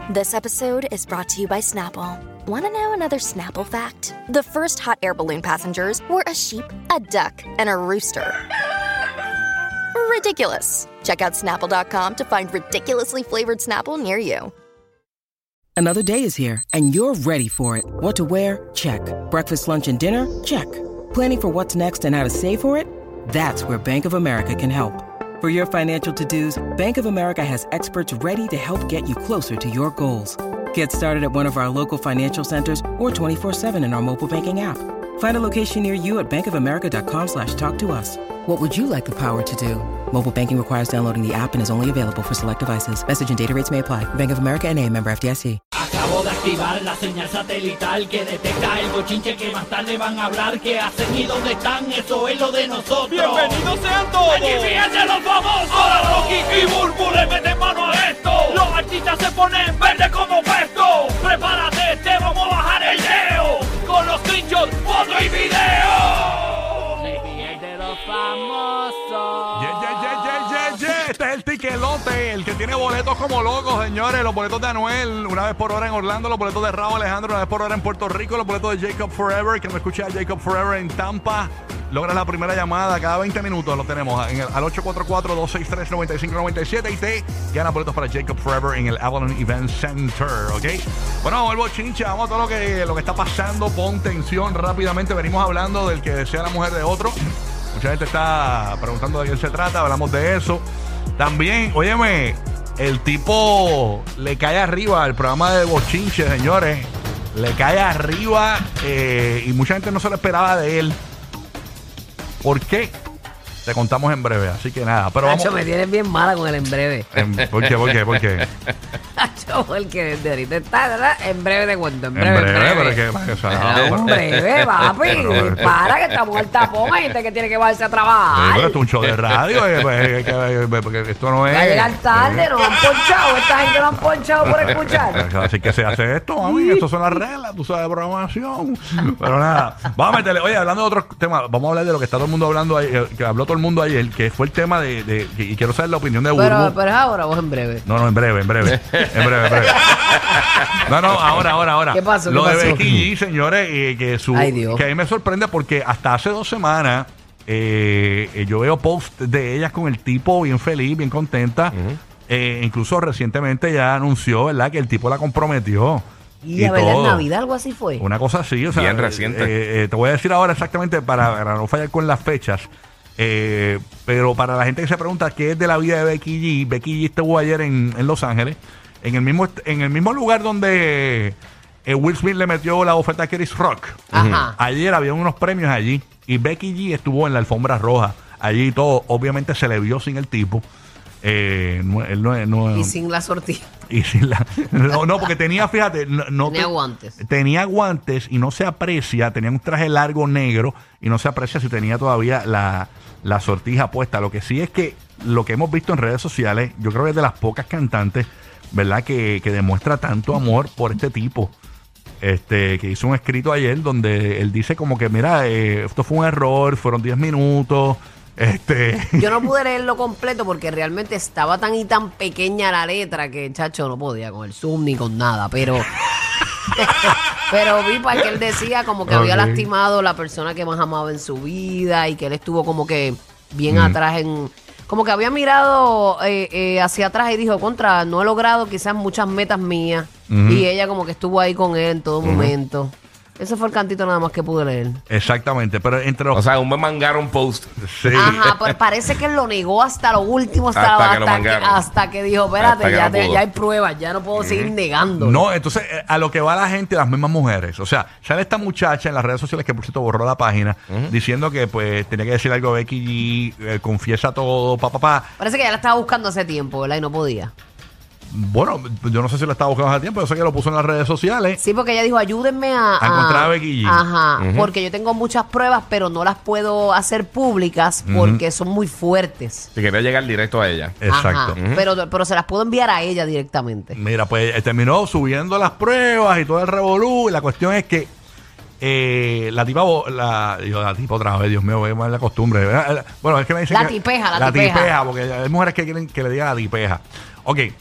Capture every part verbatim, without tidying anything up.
This episode is brought to you by Snapple. Want to know another Snapple fact? The first hot air balloon passengers were a sheep, a duck, and a rooster. Ridiculous. Check out Snapple dot com to find ridiculously flavored Snapple near you. Another day is here, and you're ready for it. What to wear? Check. Breakfast, lunch, and dinner? Check. Planning for what's next and how to save for it? That's where Bank of America can help. For your financial to-dos, Bank of America has experts ready to help get you closer to your goals. Get started at one of our local financial centers or twenty-four seven in our mobile banking app. Find a location near you at bankofamerica.com slash talk to us. What would you like the power to do? Mobile banking requires downloading the app and is only available for select devices. Message and data rates may apply. Bank of America N A, member F D I C. Acabo de activar la señal satelital que detecta el bochinche que más tarde van a hablar. ¿Qué hacen y dónde están? Eso es lo de nosotros. ¡Bienvenidos sean todos! ¡Aquí fíjense los famosos! Ahora Rocky y Burbu le meten mano a esto. Los artistas se ponen verde como puesto. Prepárate, te vamos a bajar el leo. Con los screenshots, foto y video. El de los famosos. Yeah, yeah, yeah, yeah, yeah, yeah. Este es el tiquelote, el que tiene boletos como locos, señores. Los boletos de Anuel, una vez por hora en Orlando. Los boletos de Raúl Alejandro, una vez por hora en Puerto Rico. Los boletos de Jacob Forever, que me escuché a Jacob Forever en Tampa. Logras la primera llamada cada veinte minutos. Lo tenemos en el, al ocho cuatro cuatro, dos seis tres, nueve cinco nueve siete. Y te ganas boletos para Jacob Forever en el Avalon Event Center, ¿ok? Bueno, el bochinche, vamos a todo lo que, lo que está pasando. Pon tensión rápidamente. Venimos hablando del que desea la mujer de otro. Mucha gente está preguntando de quién se trata. Hablamos de eso. También, óyeme, el tipo le cae arriba al programa de bochinche, señores. Le cae arriba eh, y mucha gente no se lo esperaba de él. ¿Por qué? Te contamos en breve, así que nada. Pero Nacho, vamos... me tienes bien mala con el en breve. En, ¿Por qué? ¿Por qué? ¿Por qué? Nacho, porque de ahorita está, ¿verdad? En breve te cuento, en En breve. breve, en breve. pero es que... O sea, Pero no, en pero- breve, papi. Pero- Para, que estamos al tapón. Hay gente que tiene que irse a Sí, trabajar. pero esto es un show de radio, eh, pues, eh, que- eh, porque esto no es... Va a llegar tarde, nos han ponchado. Esta gente nos han ponchado por escuchar. Así que se hace esto, mami. Estas son las reglas, tú sabes, de programación. Pero nada, vamos a meterle. Oye, hablando de otros temas, vamos a hablar de lo que está todo el mundo hablando ahí, que habló todo el mundo ayer, que fue el tema de, de, de- y quiero saber la opinión de Burbu. Pero, pero es ahora, vos en breve. No, no, en breve, en breve. En breve, en breve. No, no, ahora, ahora, ahora. ¿Qué pasó? Lo ¿Qué de pasó? Becky G, señores, eh, que su Ay, Dios. que a mí me sorprende porque hasta hace dos semanas eh, eh, yo veo posts de ellas con el tipo bien feliz, bien contenta. Eh, incluso recientemente ya anunció, ¿verdad?, que el tipo la comprometió. Y a ver, en todo. Navidad algo así fue. Una cosa así, o sea, Bien reciente. eh, eh, te voy a decir ahora exactamente para, para no fallar con las fechas. Eh, pero para la gente que se pregunta qué es de la vida de Becky G, Becky G estuvo ayer en, en Los Ángeles, en el mismo en el mismo lugar donde eh, Will Smith le metió la oferta a Chris Rock. Ajá. Ayer había unos premios allí y Becky G estuvo en la alfombra roja allí y todo. Obviamente se le vio sin el tipo. Eh, no, él no, no- Y sin la sortija. y sin la- no, no, porque tenía, fíjate, no, no Tenía te- guantes. Tenía guantes y no se aprecia, tenía un traje largo negro y no se aprecia si tenía todavía la, la sortija puesta. Lo que sí es que lo que hemos visto en redes sociales, yo creo que es de las pocas cantantes, ¿verdad?, que, que demuestra tanto amor por este tipo. Este, que hizo un escrito ayer donde él dice como que, mira, eh, esto fue un error, fueron diez minutos. Este. Yo no pude leerlo completo porque realmente estaba tan y tan pequeña la letra que, chacho, no podía con el zoom ni con nada, pero pero vi para que él decía como que había Ok. lastimado la persona que más amaba en su vida y que él estuvo como que bien Mm. atrás en... Como que había mirado eh, eh, hacia atrás y dijo, contra, no he logrado quizás muchas metas mías. Ujú. Y ella como que estuvo ahí con él en todo momento. Ese fue el cantito nada más que pude leer. Exactamente, pero entre los... O sea, un me mangaron post. sí. Ajá, pues parece que él lo negó hasta lo último, hasta, Hasta hasta, que lo que, mangaron. hasta que dijo, espérate, Hasta que ya, no te- pudo. ya hay pruebas, ya no puedo seguir negando. No, entonces eh, a lo que va la gente, las mismas mujeres. O sea, sale esta muchacha en las redes sociales que por cierto borró la página diciendo que pues tenía que decir algo a Becky G, eh, confiesa todo, pa, pa, pa. Parece que ya la estaba buscando hace tiempo, ¿verdad? Y no podía. Bueno, yo no sé si lo estaba buscando hace tiempo, yo sé que lo puso en las redes sociales. Sí, porque ella dijo, ayúdenme a... A encontrar a Becky G. Ajá, porque yo tengo muchas pruebas, pero no las puedo hacer públicas porque son muy fuertes. Si quería llegar directo a ella. Exacto. Ajá, pero, pero se las puedo enviar a ella directamente. Mira, pues eh, terminó subiendo las pruebas y todo el revolú. Y la cuestión es que eh, la tipa, bo- la, digo, la tipa otra vez, Dios mío, voy a poner la costumbre. ¿verdad? Bueno, es que me dicen La que- tipeja, la la tipeja. tipeja, porque hay mujeres que quieren que le diga la tipeja. Ok,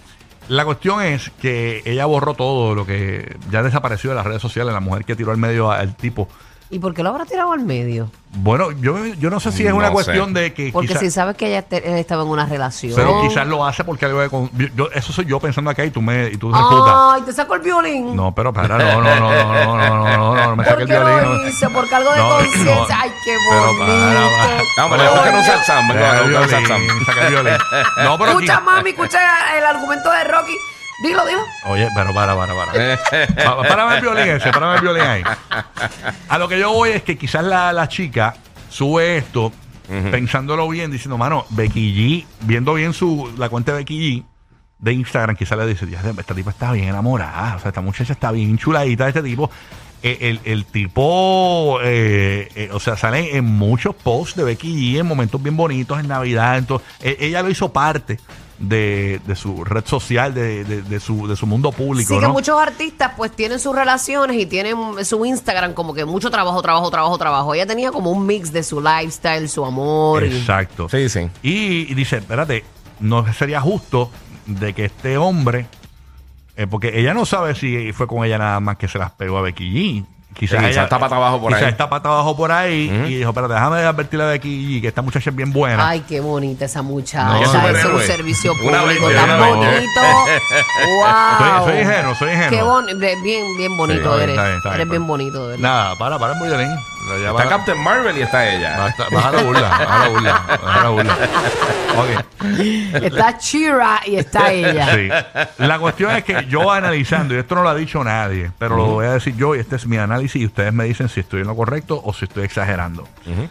La cuestión es que ella borró todo lo que ya desapareció de las redes sociales, la mujer que tiró al medio al tipo. ¿Y por qué lo habrá tirado al medio? Bueno, yo, yo no sé si es No una sé. cuestión de que Porque quizá- si sabes que ella te- él estaba en una relación. pero quizás lo hace porque algo de con- yo- eso soy yo pensando acá y tú me y tú refutas. Ay, te sacó el violín. No, pero para, no, no, no, no, no, no, no, no, no, no me ¿Por saque el qué violín. lo no. hice? Porque algo de No, conciencia. no. Ay, qué Pero bonito. para, para. No, pero busquen un saxón. Deja el Venga, busquen un violín, saxón. saca el violín. No, pero Escucha, aquí- mami, escucha el argumento de Rocky. Dilo, dilo. Oye, pero para, para, para. Pa- Párame el violín ese, párame el violín ahí. A lo que yo voy es que quizás la, la chica sube esto pensándolo bien, diciendo, mano, Becky G, viendo bien su la cuenta de Becky G de Instagram, quizás le dice, "Ya, esta tipa está bien enamorada, o sea, esta muchacha está bien chuladita de este tipo. Eh, El, el tipo, eh, eh, o sea, sale en muchos posts de Becky G en momentos bien bonitos, en Navidad. Entonces, eh, ella lo hizo parte de, de su red social, de, de, de su, de su mundo público. Sí, que ¿no? muchos artistas pues tienen sus relaciones y tienen su Instagram como que mucho trabajo, trabajo, trabajo, trabajo. Ella tenía como un mix de su lifestyle, su amor. y- Exacto. Sí, sí. Y, y dice, espérate, no sería justo de que este hombre, eh, porque ella no sabe si fue con ella nada más que se las pegó a Becky G. Quizás Sí, ella quizás está pata abajo por quizás ahí. está pata abajo por ahí y dijo, espérate, déjame advertirle a Becky G que esta muchacha es bien buena. Ay, qué bonita esa muchacha. No, Esa es un superhéroe. servicio Una público bella, tan una bella. bonito. Soy, Wow. soy ingenuo, soy ingenuo. Qué bon bien, bien bonito Sí, eres. está bien, está bien, eres bien pues. bonito, de verdad. Nada, para, para el violín. Ya Está para- Captain Marvel y está ella. Basta, baja la burla, baja la burla, baja la burla. Ok. Está Chira y está ella. Sí. La cuestión es que yo analizando, y esto no lo ha dicho nadie, pero lo voy a decir yo, y este es mi análisis, y ustedes me dicen si estoy en lo correcto o si estoy exagerando.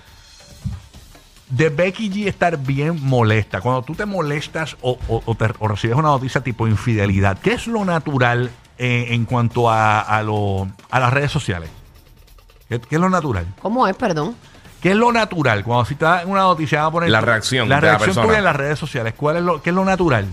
De Becky G estar bien molesta, cuando tú te molestas o, o- o te- o recibes una noticia tipo infidelidad, ¿qué es lo natural eh, en cuanto a, a, lo- a las redes sociales? ¿Qué, qué es lo natural? ¿Cómo es, perdón? ¿Qué es lo natural? Cuando si te da una noticia, van a poner La reacción la de la reacción persona. tuya en las redes sociales. ¿Cuál es lo, ¿Qué es lo natural?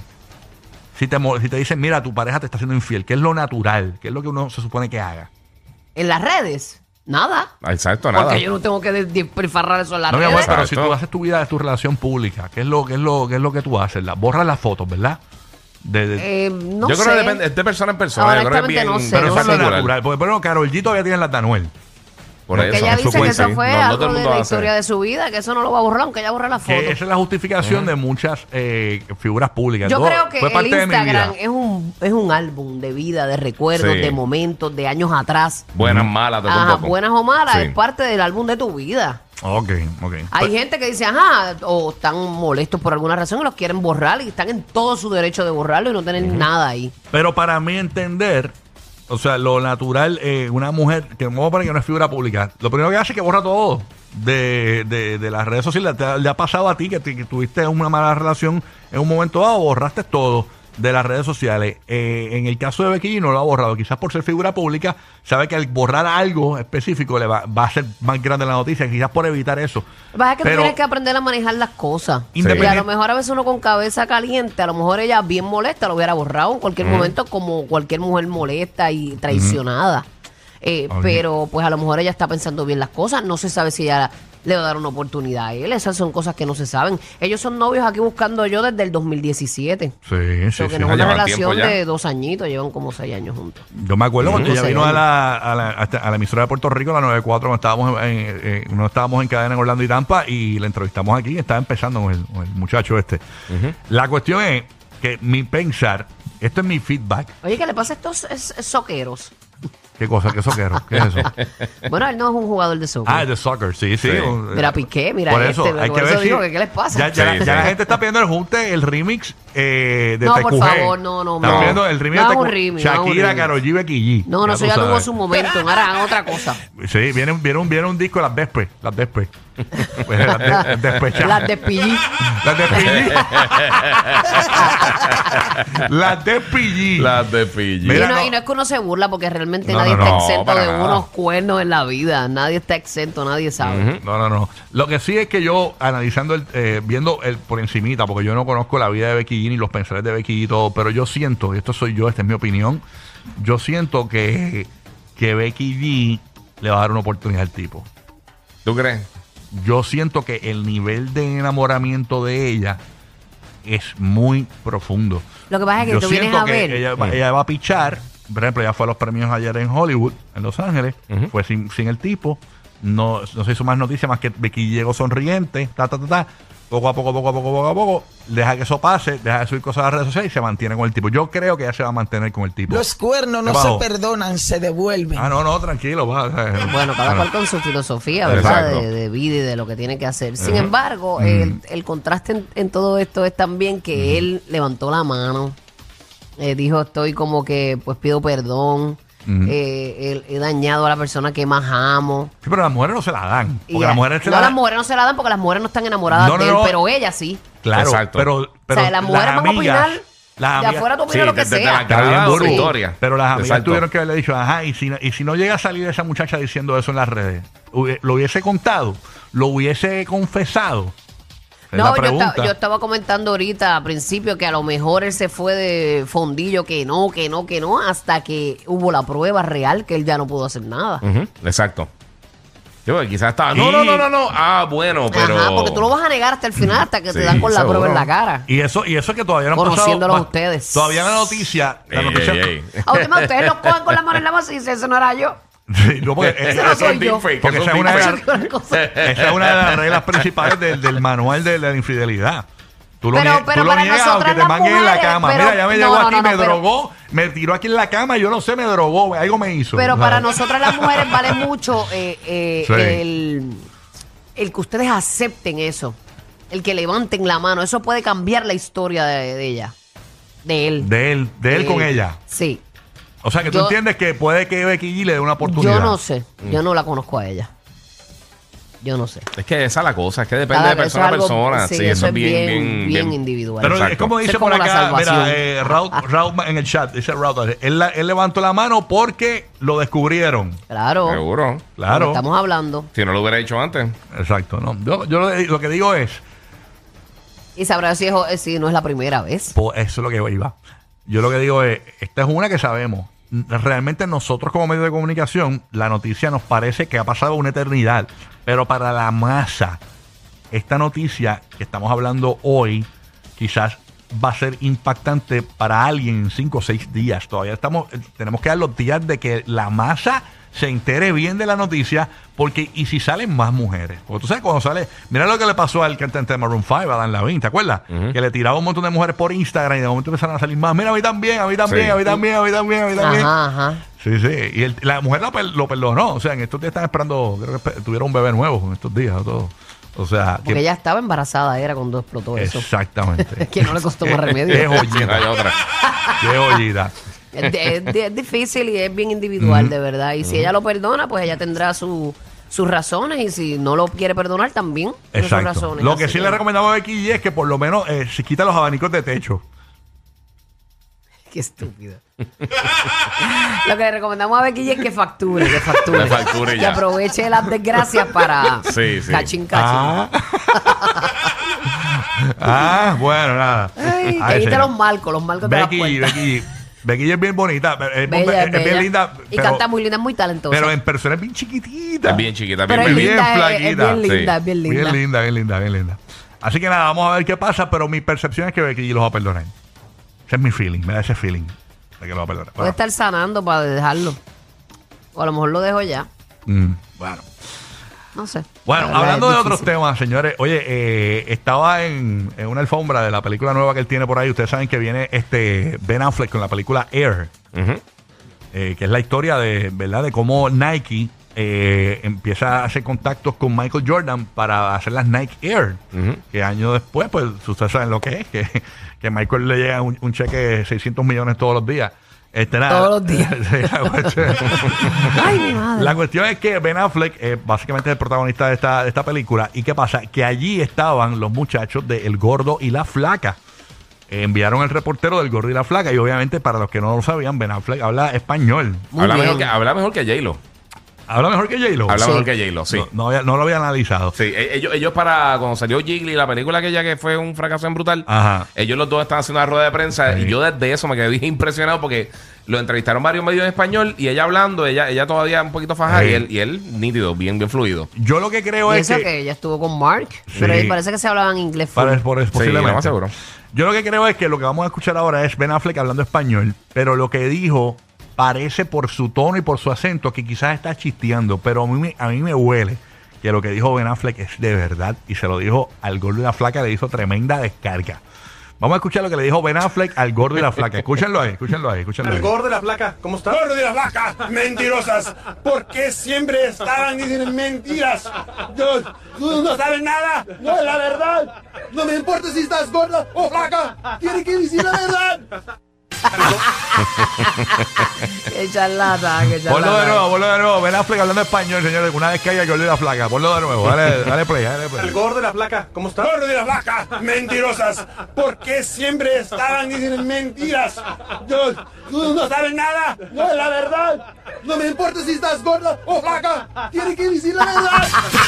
Si te, mo- si te dicen, mira, tu pareja te está haciendo infiel, ¿qué es lo natural? ¿Qué es lo que uno se supone que haga? ¿En las redes? Nada. Exacto, nada. Porque yo no tengo que de- despilfarrar eso en las No, mi amor, redes. pero si Exacto. tú haces tu vida de tu relación pública, ¿qué es lo, qué es lo, qué es lo que tú haces? La, borras las fotos, ¿verdad? De, de- Eh, no yo sé. creo que depende, es de persona en persona. Yo creo que es Honestamente bien, no sé, pero no eso es lo sé. natural. Porque, pero Karol G todavía tiene las de Anuel. Por Porque eso. ella en su dice que cuenta, eso sí. fue No, no todo algo el de mundo la va a hacer. historia de su vida, que eso no lo va a borrar, aunque ella borre la foto. Que esa es la justificación de muchas eh, figuras públicas. Yo Todo creo que fue el parte de mi vida. Instagram es un, es un álbum de vida, de recuerdos, Sí. de momentos, de años atrás. Buenas, malas, de todo un Ajá, poco. buenas o malas, Sí. es parte del álbum de tu vida. Ok, ok. Hay Pues- gente que dice, ajá, o están molestos por alguna razón y los quieren borrar y están en todo su derecho de borrarlo y no tener nada ahí. Pero para mí entender, o sea, lo natural, eh, una mujer que vamos a poner que no es figura pública, lo primero que hace es que borra todo de, de, de las redes sociales. Te, le ha pasado a ti que, te- que tuviste una mala relación en un momento dado, borraste todo de las redes sociales. Eh, en el caso de Becky G no lo ha borrado, quizás por ser figura pública, sabe que al borrar algo específico le va, va a ser más grande la noticia, quizás por evitar eso. Lo que pasa es que Pero- tú tienes que aprender a manejar las cosas. Independent- Y a lo mejor a veces uno con cabeza caliente, a lo mejor ella bien molesta, lo hubiera borrado en cualquier momento como cualquier mujer molesta y traicionada. Eh, Ok. Pero pues a lo mejor ella está pensando bien las cosas, no se sabe si ella le va a dar una oportunidad a él, esas son cosas que no se saben. Ellos son novios aquí buscando yo desde el dos mil diecisiete. Sí, sí, So que sí. no es una llevan relación tiempo ya. de dos añitos, llevan como seis años juntos. Yo me acuerdo cuando Mm, ella sí. vino a la, a, la, a esta- a la emisora de Puerto Rico, la noventa y cuatro, cuando estábamos en, en- en- no estábamos en cadena en Orlando y Tampa, y la entrevistamos aquí, estaba empezando con el, con el muchacho este. La cuestión es que mi pensar, esto es mi feedback. Oye, ¿qué le pasa a estos es- es soqueros? ¿Qué cosa? ¿Qué soquero? ¿Qué es eso? Bueno, él no es un jugador de soccer. Ah, es de soccer, sí, sí. Sí. Un- Mira Piqué, mira Por este, eso, hay por que eso ver digo si- que ¿qué les pasa? Ya, ya- Sí, ya sí. la gente está pidiendo el junte, el remix eh, de No, T Q G. por favor, no, no, Están no. pidiendo el remix No de hagan un T Q G. remix, no hagan un Shakira, remix. Karol G, Becky G. No, no, Ya eso tú ya tuvo sabes. su momento, ahora hagan otra cosa. Sí, viene, viene, un, viene un disco de las Despe, las Despe. Pues, las de- despechadas. Las despillí. Las de P G. Las de P G. Las de Fiji. Mira, y, no, no. y no es que uno se burla porque realmente No, nadie no, está no, exento para de nada. unos cuernos en la vida. Nadie está exento, nadie sabe. No, no, no. Lo que sí es que yo, analizando, el, eh, viendo el por encimita, porque yo no conozco la vida de Becky G ni los pensares de Becky G y todo, pero yo siento, y esto soy yo, esta es mi opinión, yo siento que, que Becky G le va a dar una oportunidad al tipo. ¿Tú crees? Yo siento que el nivel de enamoramiento de ella es muy profundo. Lo que pasa es que Yo tú vienes siento a que ver. Ella, va- ella va a pichar. Por ejemplo, ella fue a los premios ayer en Hollywood, en Los Ángeles. Ujú. Fue sin, sin el tipo. No, no se hizo más noticias más que Becky llegó sonriente. Ta, ta, ta, ta. Poco a poco, poco a poco, poco a poco. Deja que eso pase. Deja de subir cosas a las redes sociales y se mantiene con el tipo. Yo creo que ella se va a mantener con el tipo. Los cuernos no ¿Qué se pasó? perdonan, se devuelven. Ah, no, no, tranquilo. Va, o sea, Bueno, cada bueno. cual con su filosofía, ¿verdad? Exacto. De, de vida y de lo que tiene que hacer. Sin embargo, el, el contraste en, en todo esto es también que él levantó la mano, eh, dijo, estoy como que, pues pido perdón, eh, he, he dañado a la persona que más amo. Sí, pero las mujeres no se la dan. Y Porque a- las mujeres se no, la las dan. mujeres no se la dan porque las mujeres no están enamoradas No, no, de él, no. pero ella sí. Claro, Exacto. pero, pero o sea, las mujeres van a amigas- opinar, las de amigas- afuera tú Sí, opinas lo que desde sea. la Está bien cara duro. su historia. Pero las amigas Exacto. tuvieron que haberle dicho, ajá, y si, no- y si no llega a salir esa muchacha diciendo eso en las redes, hubie- lo hubiese contado, lo hubiese confesado. Es la No, yo, pregunta. esta- yo estaba comentando ahorita al principio que a lo mejor él se fue de fondillo, que no, que no, que no, hasta que hubo la prueba real que él ya no pudo hacer nada. Ujú, exacto. Yo, quizás estaba. No, Y- no, no, no, no. Ah, bueno, pero. Ajá, porque tú lo vas a negar hasta el final, hasta que te Sí, dan con la seguro. prueba en la cara. Y eso, y eso que todavía no han pasado. Conociéndolos va- ustedes. Todavía la noticia. La Ey, noticia ey, ey. A usted, ustedes lo cojan con la mano en la masa y dicen, eso no era yo. Sí, no, porque, Ese eh, no Eso soy es yo. deepfake, Porque eso esa es es una de deepfake. Una cosa. esa es una de las reglas principales del, del manual de la infidelidad. Tú lo, Pero- nie- pero tú lo para niegas nosotras aunque te las manguen en la mujeres, cama. pero- Mira, ya me no, llegó no, aquí, no, me no, pero- drogó, me tiró aquí en la cama, yo no sé, me drogó, algo me hizo. Pero O sea, para nosotras las mujeres vale mucho eh, eh, Sí. el, el que ustedes acepten eso. El que levanten la mano. Eso puede cambiar la historia de, de ella. De él. De él, de él con ella. Sí. O sea, que tú Yo- entiendes que puede que Becky G le dé una oportunidad. Yo no sé. Yo no la conozco a ella. Yo no sé. Es que esa es la cosa, es que depende Cada- de eso persona a es algo- persona. sí, Sí, eso es bien, bien individual. Pero Exacto. es como dice Es por como la acá, salvación. mira, eh, Raúl, Raúl en el chat, dice Raúl, él, la- él levantó la mano porque lo descubrieron. Claro. Seguro. Claro. Estamos hablando. Si no lo hubiera dicho antes. Exacto, ¿no? Yo, yo lo, lo que digo es, Y sabrá si, es, si no es la primera vez. pues eso es lo que iba. Yo lo que digo es, esta es una que sabemos. Realmente nosotros como medio de comunicación, la noticia nos parece que ha pasado una eternidad. Pero para la masa, esta noticia que estamos hablando hoy, quizás va a ser impactante para alguien en cinco o seis días. Todavía estamos, tenemos que dar los días de que la masa se entere bien de la noticia, porque y si salen más mujeres, porque tú sabes cuando sale, mira lo que le pasó al cantante de Maroon five, a Dan Levine, ¿te acuerdas? Ujú. Que le tiraba un montón de mujeres por Instagram y de momento empezaron a salir más, mira a mí también, a mí también, Sí. a mí también, a mí también, a mí también. Ajá, ajá. Sí, sí, y el- la mujer lo, per- lo perdonó, o sea, en estos días están esperando, creo que espe- tuvieron un bebé nuevo en estos días, todo. O sea, Porque que- ella estaba embarazada, era cuando explotó eso. exactamente. Que no le costó más Es- remedio. Es No hay joyita, otra. qué joyita. Es, de- es de- es difícil y es bien individual, de verdad. Y si ella lo perdona, pues ella tendrá su, sus razones. Y si no lo quiere perdonar, también tiene sus Exacto. razones. Lo que Así sí le recomendamos a Becky G es que por lo menos eh, se quita los abanicos de techo. Qué estúpido. Lo que le recomendamos a Becky es que facture, que facture. Que facture Que ya. aproveche las desgracias para Sí, sí. cachín, cachín. Ah. Ah, bueno, nada. Ay, Ay, que quite señor. los marcos, los marcos de las Becky, puertas. Becky, Becky es bien bonita, es, es- Bella, es es bien bella. linda, Y pero, canta muy linda, es muy talentosa. pero en persona es bien chiquitita. Es bien chiquita, Pero bien es bien bella. linda, es- es, flaquita. bien linda, Sí. es bien linda. Bien linda, bien linda, bien linda. Así que nada, vamos a ver qué pasa, pero mi percepción es que Becky los va a perdonar. Ese es mi feeling, me da ese feeling de que lo va a perdonar. Puede Bueno, estar sanando para dejarlo. O a lo mejor lo dejo ya. mm, bueno. No sé. Bueno, La verdad hablando es de otros difícil. temas, señores. Oye, eh, estaba en, en una alfombra de la película nueva que él tiene por ahí. Ustedes saben que viene este Ben Affleck con la película Air, Ujú. eh, que es la historia de, ¿verdad? De cómo Nike eh, empieza a hacer contactos con Michael Jordan para hacer las Nike Air. Ujú. Que años después, pues ustedes saben lo que es, que, que Michael le llega un, un cheque de seiscientos millones todos los días. Este, nada. Todos los días. Sí, la cuestión- Ay, mi madre. la cuestión es que Ben Affleck eh, básicamente es el protagonista de esta, de esta película. ¿Y qué pasa? Que allí estaban los muchachos de El Gordo y la Flaca. Eh, enviaron el reportero del Gordo y la Flaca. Y obviamente, para los que no lo sabían, Ben Affleck habla español. Muy Habla bien. mejor, que, habla mejor que J-Lo. Habla mejor que J-Lo. Habla Sí. mejor que J-Lo, sí. No, no, había- no lo había analizado. Sí, e- ellos, ellos para cuando salió Jiggly, la película aquella que fue un fracaso en brutal, Ajá. ellos los dos estaban haciendo una rueda de prensa Sí. y yo desde eso me quedé bien impresionado porque lo entrevistaron varios medios en español y ella hablando, ella ella todavía un poquito fajada Sí. y él, y él nítido, bien, bien fluido. Yo lo que creo Y es eso que... que ella estuvo con Mark. Sí. Pero ahí parece que se hablaban inglés full. Para, por, Sí, posiblemente. lo más seguro. Yo lo que creo es que lo que vamos a escuchar ahora es Ben Affleck hablando español, pero lo que dijo parece por su tono y por su acento que quizás está chisteando, pero a mí, me, a mí me huele que lo que dijo Ben Affleck es de verdad y se lo dijo al gordo y la flaca, le hizo tremenda descarga. Vamos a escuchar lo que le dijo Ben Affleck al gordo y la flaca. Escúchenlo ahí, escúchenlo ahí, escúchenlo ahí. El gordo y la flaca, ¿cómo está? Gordo y la flaca, mentirosas. ¿Por qué siempre estaban diciendo mentiras? Yo, tú no sabes nada, no es la verdad. No me importa si estás gorda o flaca, tienes que decir la verdad. Qué charlata, qué charlata. Ponlo de nuevo, ponlo de nuevo. Ben Affleck hablando español, señores. Una vez que haya el gordo y la flaca. Ponlo de nuevo. Dale, dale play, dale play. El gordo y la flaca, ¿cómo está? Gordo y la flaca, mentirosas. ¿Por qué siempre estaban diciendo mentiras? Yo, tú no sabes nada, no es la verdad. No me importa si estás gorda o flaca, tienes que decir la verdad.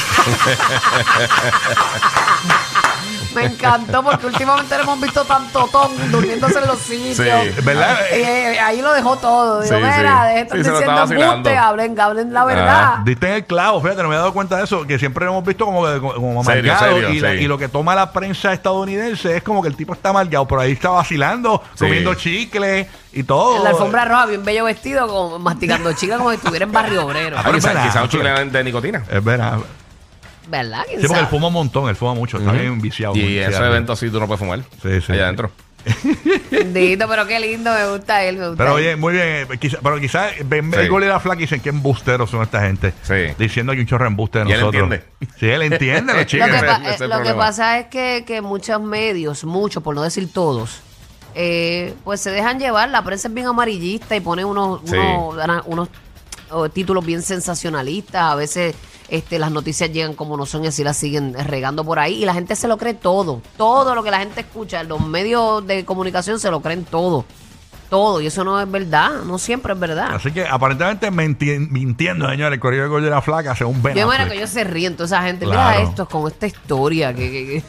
Me encantó porque últimamente le hemos visto tanto ton durmiéndose en los sitios. Sí. ¿Verdad? Y, eh, ahí lo dejó todo. Digo, Sí, mira, sí. deje de estar Sí, se lo diciendo estaba vacilando. embuste, hablen, hablen la verdad. Diste en el clavo, fíjate, no me he dado cuenta de eso, que siempre lo hemos visto como, como, como Serio, amargado serio, y, la- sí. y lo que toma la prensa estadounidense es como que el tipo está amargado, pero ahí está vacilando, Sí. comiendo chicle y todo. En la alfombra roja, bien bello vestido, con, masticando chica como si estuviera en Barrio Obrero. Ah, pero quizá, espera, quizá un pero- chicle de nicotina. Es verdad. ¿Verdad? ¿Quién Sí, porque él sabe? fuma un montón, él fuma mucho, está Ujú. bien viciado. Y muy en ese viciado. evento así tú no puedes fumar. Sí, sí. Allá adentro. Bendito, pero qué lindo, me gusta él, me gusta Pero él. oye, muy bien, eh, quizá- pero quizás ven Sí. el gol y la flaca y dicen que embusteros son esta gente. Sí. Diciendo que un chorro de embuste de Y él nosotros. entiende. Sí, él entiende, los Lo chicos. que, ese- pa- ese es eh, el lo que problema. pasa es que, que muchos medios, muchos, por no decir todos, eh, pues se dejan llevar. La prensa es bien amarillista y pone unos, Sí. unos, ana- unos oh, títulos bien sensacionalistas. A veces este, las noticias llegan como no son y así las siguen regando por ahí. Y la gente se lo cree todo. Todo lo que la gente escucha, los medios de comunicación se lo creen todo. Todo. Y eso no es verdad. No siempre es verdad. Así que aparentemente menti- mintiendo, señores, el corrido de gol de la flaca según Ben Yo bueno Affleck. que ellos se ríen, toda esa gente. Claro. Mira esto con esta historia que... que, que-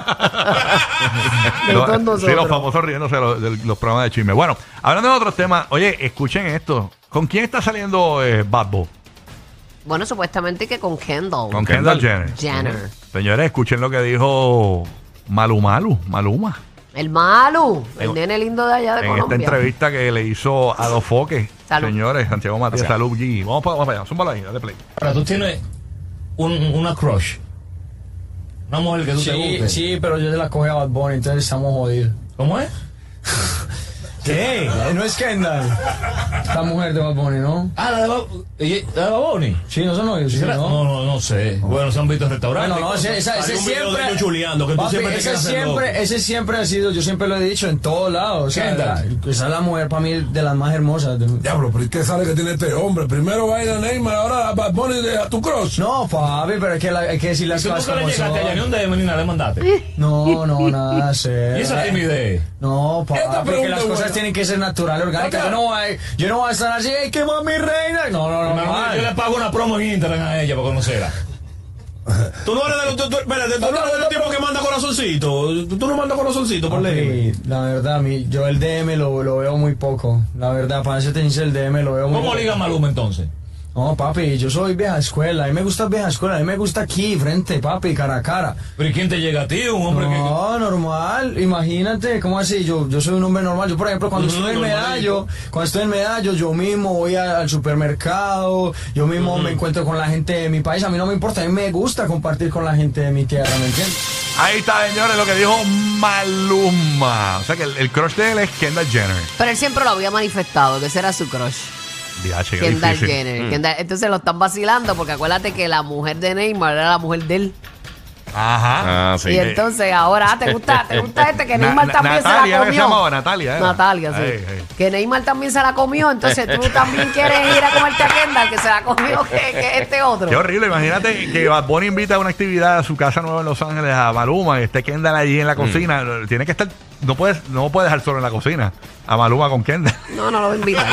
de Lo- todos sí, nosotros. los famosos riéndose de los, de los programas de chisme. Bueno, hablando de otros temas, oye, escuchen esto. ¿Con quién está saliendo eh, Bad Bunny? Bueno, supuestamente que con Kendall. Con Kendall Jenner. Jenner. Señores, escuchen lo que dijo Malu Malu, Maluma. El Malu, el En- nene lindo de allá de En esta Colombia. entrevista que le hizo a Dos Foques. Salud. Señores, Santiago Matías, Gracias. salud, G. Vamos para, vamos para allá, zúmbalo ahí, dale play. Ahora tú tienes un, una crush. Una mujer que tú te Sí, guste. sí, pero yo se la cogí a Bad Bunny, entonces estamos jodidos. ¿Cómo es? ¿Qué? Eh, no es Kendall. La mujer de Bad Bunny, ¿no? Ah, la de Bab- ella- la de Baboni. Sí, no son novios, sí, ¿Será? ¿no? No, no, no sé. Bueno, se han visto en restaurantes. Bueno, no, ese, esa- ese Hay un video siempre. de ellos chuleando, que tú Papi, siempre te ese quedas en siempre, loco. ese siempre ha sido, yo siempre lo he dicho en todos lados. O sea, Kendall. la- esa es la mujer para mí de las más hermosas. de- Diablo, pero ¿y qué sale que tiene este hombre? Primero va a ir a Neymar, ahora a Bad Bunny de- a tu cross. No, papi, pero es que la- hay que decir las ¿Tú cosas nunca le como llegaste allá ni son. un D M ni nada le mandaste? No, no, nada, sé. ¿Y esa timidez? No, Esta papi, porque pregunta las es cosas buena. tienen que ser naturales, orgánicas. Yo no voy a, yo no voy a estar así, ¡ay, qué va mi reina! No, no, no, Mi amor, no. yo le pago una promo en Instagram a ella para conocerla. Tú no eres de los, tú, tú- espérate, tú no eres de los tipos que manda corazoncito. Tú, tú no mandas corazoncito por ley. Papi, la verdad, a mí, yo el D M lo, lo veo muy poco. La verdad, para serte sincero, el D M lo veo muy ¿Cómo poco. liga Maluma entonces? No, papi, yo soy vieja escuela. A mí me gusta vieja escuela. A mí me gusta aquí, frente, papi, cara a cara. ¿Pero y quién te llega a ti? Un hombre que... No, normal. Imagínate, ¿cómo así? Yo, yo soy un hombre normal. Yo, por ejemplo, cuando Ujú, estoy en normalito. Medallo, cuando estoy en Medallo, yo mismo voy a- al supermercado, yo mismo me encuentro con la gente de mi país. A mí no me importa, a mí me gusta compartir con la gente de mi tierra, ¿me entiendes? Ahí está, señores, lo que dijo Maluma. O sea que el, el crush de él es Kendall Jenner. Pero él siempre lo había manifestado, que ese era su crush. D H, qué Kendall difícil. Jenner. Mm. Kendall- entonces lo están vacilando porque acuérdate que la mujer de Neymar era la mujer de él. Ajá. Ah, sí. y entonces ahora, ah, ¿te gusta, te gusta este? Que Na- Neymar na- también Natalia, se la ¿qué se llamaba? comió. Natalia, ¿era? Natalia, sí. Ey, ey. Que Neymar también se la comió, entonces tú también quieres ir a comerte a Kendall, que se la comió que, que este otro. Qué horrible, imagínate que Bad Bunny invita a una actividad a su casa nueva en Los Ángeles a Maluma y esté Kendall allí en la cocina. Tiene que estar, no puedes, no puedes dejar solo en la cocina a Maluma con Kendall. No, no lo voy a invitar.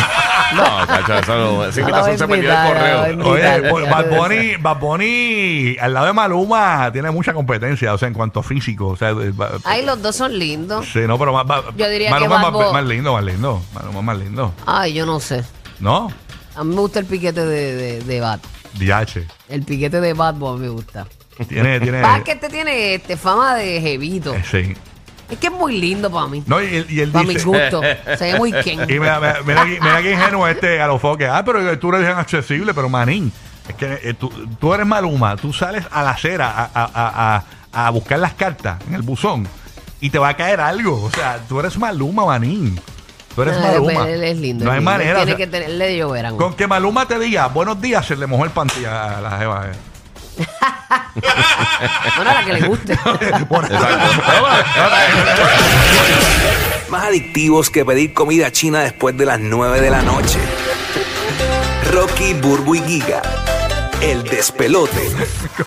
No, cacho, eso no. Esa No la voy a invitación se perdió el invitar, no la voy a correo. invitar. Oye, Olvídate, Bad olvídate. Bunny, Bad Bunny al lado de Maluma tiene mucha competencia, o sea, en cuanto a físico. O sea, eh, ba- Ay, los dos son lindos. sí, no, pero más, más- Yo diría Maluma que es Bad más, Bu- más lindo, más lindo. Maluma es más lindo. Ay, yo no sé. ¿No? A mí me gusta el piquete de, de, de Bad. D H. El piquete de Bad Boy me gusta. Tiene, tiene. Ah, que este tiene este, fama de jevito. eh, sí. Es que es muy lindo para mí. No, y, él- y él Para mi dice... gusto. Se ve muy Ken. Y mira, mira, mira, aquí- mira qué ingenuo este Galofoque. Ah, pero tú eres accesible, pero manín. Es que eh, tú, tú eres Maluma. Tú sales a la acera a, a, a, a, a buscar las cartas en el buzón y te va a caer algo. O sea, tú eres Maluma, manín. Tú eres No, Maluma. él es lindo. No es hay lindo. manera. Tiene o sea, que tenerle de lloverán. con que Maluma te diga buenos días, se le mojó el panty a la jeva. eh. Bueno, a la que le guste. Más adictivos que pedir comida china después de las nueve de la noche. Rocky, Burbu y Giga. El despelote.